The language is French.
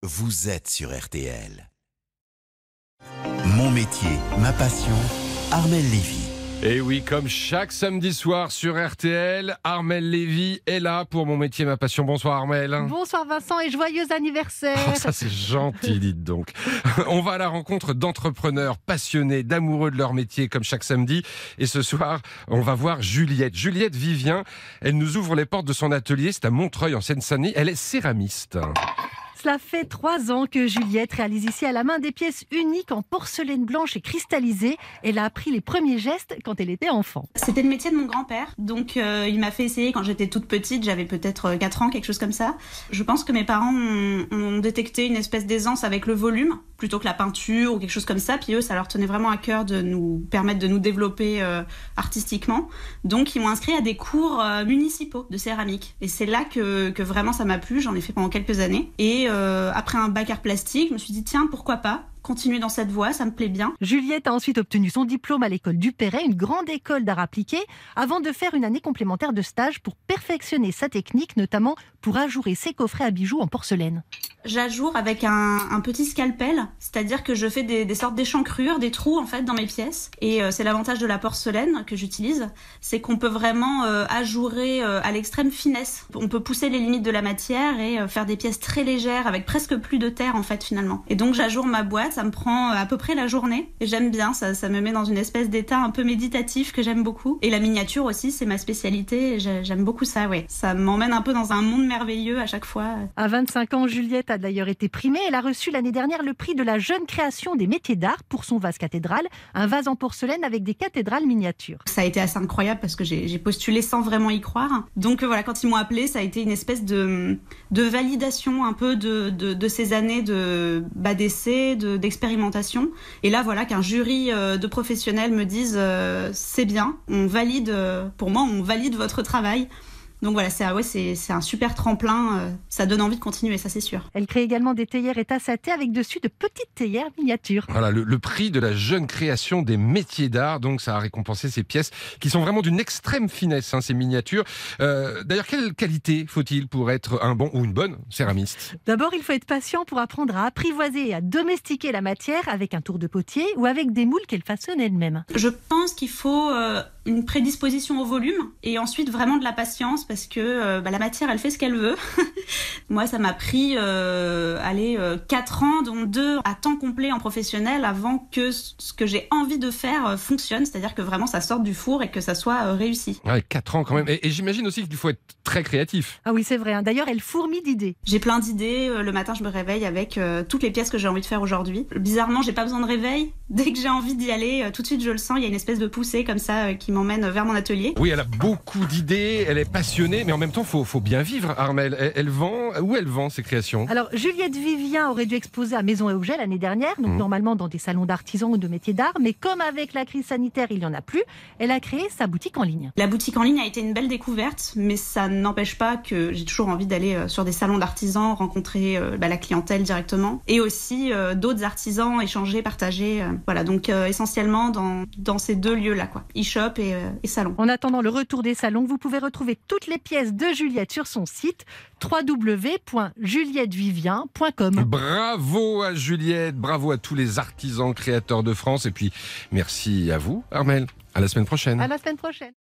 vous êtes sur RTL. Mon métier, ma passion, Armelle Lévy. Et oui, comme chaque samedi soir sur RTL, Armelle Lévy est là pour Mon métier, ma passion. Bonsoir Armelle. Bonsoir Vincent et joyeux anniversaire. Oh, ça c'est gentil, dites donc. On va à la rencontre d'entrepreneurs passionnés, d'amoureux de leur métier comme chaque samedi. Et ce soir, on va voir Juliette. Juliette Vivien, elle nous ouvre les portes de son atelier. C'est à Montreuil en Seine-Saint-Denis. Elle est céramiste. Cela fait 3 ans que Juliette réalise ici à la main des pièces uniques en porcelaine blanche et cristallisée. Elle a appris les premiers gestes quand elle était enfant. C'était le métier de mon grand-père, donc il m'a fait essayer quand j'étais toute petite, j'avais peut-être 4 ans, quelque chose comme ça. Je pense que mes parents ont détecté une espèce d'aisance avec le volume, plutôt que la peinture ou quelque chose comme ça, puis eux, ça leur tenait vraiment à cœur de nous permettre de nous développer artistiquement. Donc ils m'ont inscrit à des cours municipaux de céramique. Et c'est là que vraiment ça m'a plu, j'en ai fait pendant quelques années. Et après un bac art plastique, je me suis dit tiens, pourquoi pas continuer dans cette voie, ça me plaît bien. Juliette a ensuite obtenu son diplôme à l'école du Perret, une grande école d'art appliqué, avant de faire une année complémentaire de stage pour perfectionner sa technique, notamment pour ajourer ses coffrets à bijoux en porcelaine. J'ajoure avec un petit scalpel, c'est-à-dire que je fais des sortes d'échancrures, des trous en fait dans mes pièces. Et c'est l'avantage de la porcelaine que j'utilise, c'est qu'on peut vraiment ajourer à l'extrême finesse. On peut pousser les limites de la matière et faire des pièces très légères avec presque plus de terre en fait finalement. Et donc j'ajoure ma boîte, ça me prend à peu près la journée et j'aime bien, ça me met dans une espèce d'état un peu méditatif que j'aime beaucoup. Et la miniature aussi, c'est ma spécialité et j'aime beaucoup ça, ouais. Ça m'emmène un peu dans un monde merveilleux à chaque fois. À 25 ans, Juliette a d'ailleurs été primée. Elle a reçu l'année dernière le prix de la jeune création des métiers d'art pour son vase cathédrale, un vase en porcelaine avec des cathédrales miniatures. Ça a été assez incroyable parce que j'ai postulé sans vraiment y croire. Donc voilà, quand ils m'ont appelée, ça a été une espèce de validation un peu de ces années d'essai, d'expérimentation. Et là, voilà, qu'un jury de professionnels me dise c'est bien, on valide, pour moi, on valide votre travail. Donc voilà, c'est un super tremplin, ça donne envie de continuer, ça c'est sûr. Elle crée également des théières et tasses à thé avec dessus de petites théières miniatures. Voilà, le prix de la jeune création des métiers d'art, donc ça a récompensé ces pièces qui sont vraiment d'une extrême finesse, ces miniatures. D'ailleurs, quelle qualité faut-il pour être un bon ou une bonne céramiste ? D'abord, il faut être patient pour apprendre à apprivoiser et à domestiquer la matière avec un tour de potier ou avec des moules qu'elle façonne elle-même. Je pense qu'il faut une prédisposition au volume et ensuite vraiment de la patience parce que la matière, elle fait ce qu'elle veut. Moi, ça m'a pris 4 ans, dont 2 à temps complet en professionnel avant que ce que j'ai envie de faire fonctionne, c'est-à-dire que vraiment ça sorte du four et que ça soit réussi. Ouais, 4 ans quand même. Et j'imagine aussi qu'il faut être très créatif. Ah oui, c'est vrai. D'ailleurs, elle fourmille d'idées. J'ai plein d'idées. Le matin, je me réveille avec toutes les pièces que j'ai envie de faire aujourd'hui. Bizarrement, j'ai pas besoin de réveil. Dès que j'ai envie d'y aller, tout de suite, je le sens. Il y a une espèce de poussée comme ça qui m'emmène vers mon atelier. Oui, elle a beaucoup d'idées. Elle est passionnée, mais en même temps, faut bien vivre, Armelle. Où elle vend ses créations ? Alors, Juliette Vivien aurait dû exposer à Maison et Objets l'année dernière, donc normalement dans des salons d'artisans ou de métiers d'art, mais comme avec la crise sanitaire, il n'y en a plus, elle a créé sa boutique en ligne. La boutique en ligne a été une belle découverte, mais ça n'empêche pas que j'ai toujours envie d'aller sur des salons d'artisans, rencontrer la clientèle directement, et aussi d'autres artisans, échanger, partager. Voilà, donc essentiellement dans ces 2 lieux-là, quoi, e-shop et salon. En attendant le retour des salons, vous pouvez retrouver toutes les pièces de Juliette sur son site www.juliettevivien.com. Bravo à Juliette, bravo à tous les artisans créateurs de France et puis merci à vous, Armelle. À la semaine prochaine. À la semaine prochaine.